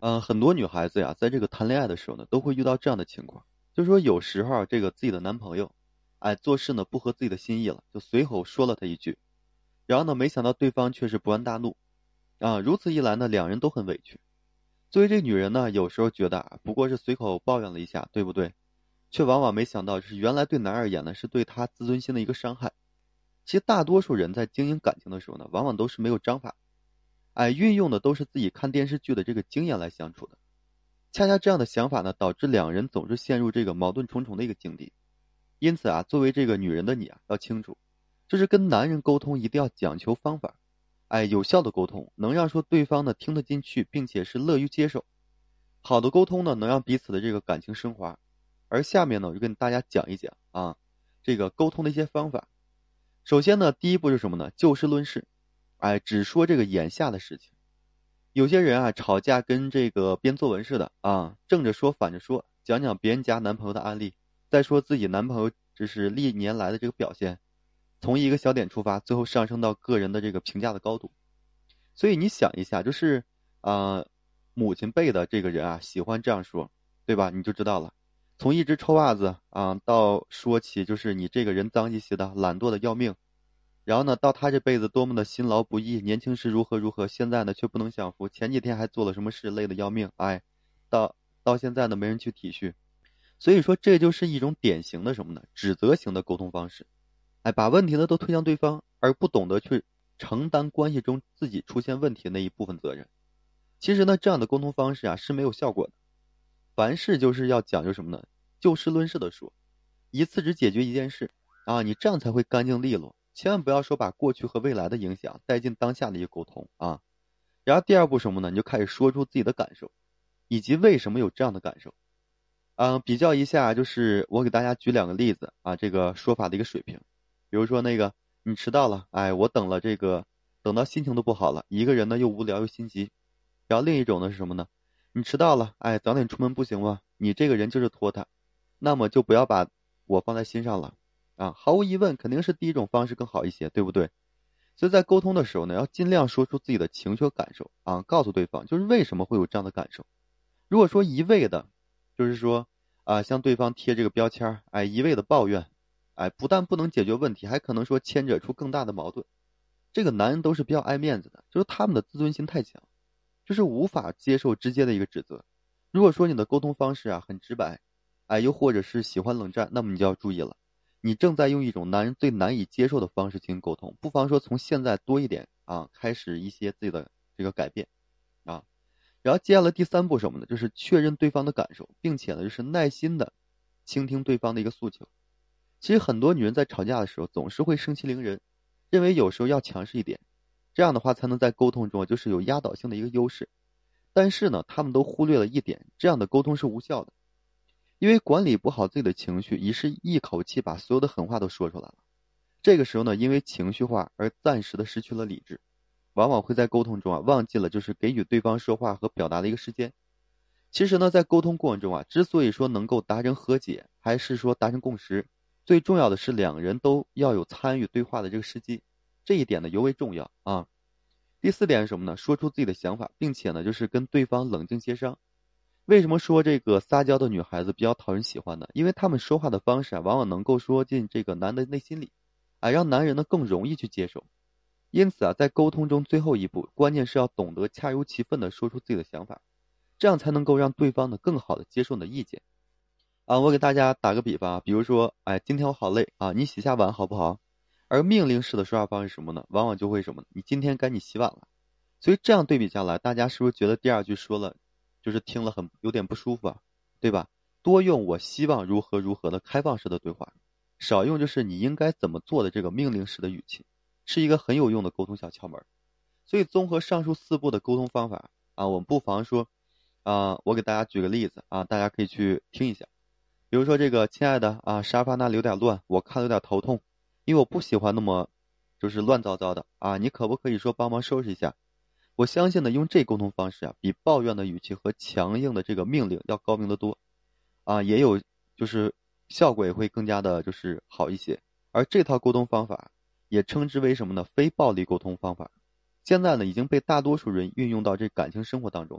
很多女孩子呀，在这个谈恋爱的时候呢，都会遇到这样的情况，就是说有时候啊这个自己的男朋友，做事呢不合自己的心意了，就随口说了他一句，然后呢，没想到对方却是不安大怒，如此一来呢，两人都很委屈。作为这女人呢，有时候觉得不过是随口抱怨了一下，对不对？却往往没想到，是原来对男而言呢，是对他自尊心的一个伤害。其实大多数人在经营感情的时候呢，往往都是没有章法，运用的都是自己看电视剧的这个经验来相处的。恰恰这样的想法呢，导致两人总是陷入这个矛盾重重的一个境地。因此作为这个女人的你要清楚，就是跟男人沟通一定要讲求方法，有效的沟通能让说对方呢听得进去，并且是乐于接受。好的沟通呢，能让彼此的这个感情升华。而下面呢，我就跟大家讲一讲这个沟通的一些方法。首先呢，第一步是什么呢？就事论事，只说这个眼下的事情。有些人吵架跟这个编作文似的正着说反着说，讲讲别人家男朋友的案例，再说自己男朋友这是历年来的这个表现，从一个小点出发，最后上升到个人的这个评价的高度。所以你想一下，就是母亲辈的这个人喜欢这样说，对吧？你就知道了。从一只臭袜子到说起就是你这个人脏兮兮的，懒惰的要命。然后呢，到他这辈子多么的辛劳不易，年轻时如何如何，现在呢却不能享福，前几天还做了什么事，累得要命，到现在呢没人去体恤。所以说这就是一种典型的什么呢？指责型的沟通方式，把问题呢都推向对方，而不懂得去承担关系中自己出现问题的那一部分责任。其实呢，这样的沟通方式是没有效果的。凡事就是要讲究什么呢？就事论事的说，一次只解决一件事你这样才会干净利落。千万不要说把过去和未来的影响带进当下的一个沟通然后第二步什么呢？你就开始说出自己的感受，以及为什么有这样的感受。比较一下，就是我给大家举两个例子这个说法的一个水平。比如说那个你迟到了，我等了这个，等到心情都不好了，一个人呢又无聊又心急。然后另一种呢是什么呢？你迟到了，早点出门不行吗？你这个人就是拖沓，那么就不要把我放在心上了毫无疑问，肯定是第一种方式更好一些，对不对？所以在沟通的时候呢，要尽量说出自己的情绪和感受告诉对方就是为什么会有这样的感受。如果说一味的，就是说向对方贴这个标签一味的抱怨，不但不能解决问题，还可能说牵扯出更大的矛盾。这个男人都是比较爱面子的，就是他们的自尊心太强，就是无法接受直接的一个指责。如果说你的沟通方式很直白，又或者是喜欢冷战，那么你就要注意了，你正在用一种男人最难以接受的方式进行沟通。不妨说从现在多一点开始一些自己的这个改变啊。然后接下来第三步什么呢？就是确认对方的感受，并且呢，就是耐心的倾听对方的一个诉求。其实很多女人在吵架的时候总是会盛气凌人，认为有时候要强势一点，这样的话才能在沟通中就是有压倒性的一个优势。但是呢，他们都忽略了一点，这样的沟通是无效的，因为管理不好自己的情绪，于是一口气把所有的狠话都说出来了。这个时候呢，因为情绪化而暂时的失去了理智，往往会在沟通中忘记了就是给予对方说话和表达的一个时间。其实呢，在沟通过程中之所以说能够达成和解，还是说达成共识，最重要的是两人都要有参与对话的这个时机，这一点呢尤为重要第四点是什么呢？说出自己的想法，并且呢就是跟对方冷静协商。为什么说这个撒娇的女孩子比较讨人喜欢呢？因为她们说话的方式往往能够说进这个男的内心里，让男人呢更容易去接受。因此在沟通中最后一步，关键是要懂得恰如其分的说出自己的想法，这样才能够让对方呢更好的接受你的意见我给大家打个比方比如说今天我好累你洗下碗好不好？而命令式的说话方式是什么呢？往往就会什么？你今天赶紧洗碗了。所以这样对比下来，大家是不是觉得第二句说了就是听了很有点不舒服对吧？多用我希望如何如何的开放式的对话，少用就是你应该怎么做的这个命令式的语气，是一个很有用的沟通小窍门。所以综合上述四步的沟通方法我们不妨说我给大家举个例子大家可以去听一下。比如说这个亲爱的沙发那里有点乱，我看有点头痛，因为我不喜欢那么就是乱糟糟的你可不可以说帮忙收拾一下？我相信呢，用这沟通方式比抱怨的语气和强硬的这个命令要高明得多也有就是效果也会更加的就是好一些。而这套沟通方法也称之为什么呢？非暴力沟通方法。现在呢已经被大多数人运用到这感情生活当中了。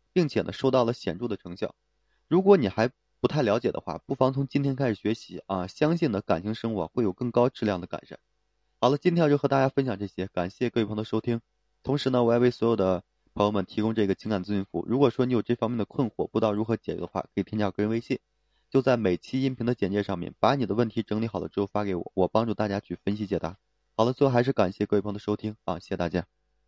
并且呢收到了显著的成效。如果你还不太了解的话，不妨从今天开始学习啊，相信呢感情生活会有更高质量的改善。好了，今天就和大家分享这些，感谢各位朋友的收听。同时呢，我还为所有的朋友们提供这个情感咨询服务。如果说你有这方面的困惑，不知道如何解决的话，可以添加我个人微信，就在每期音频的简介上面，把你的问题整理好了之后发给我，我帮助大家去分析解答。好了，最后还是感谢各位朋友的收听啊，谢谢大家。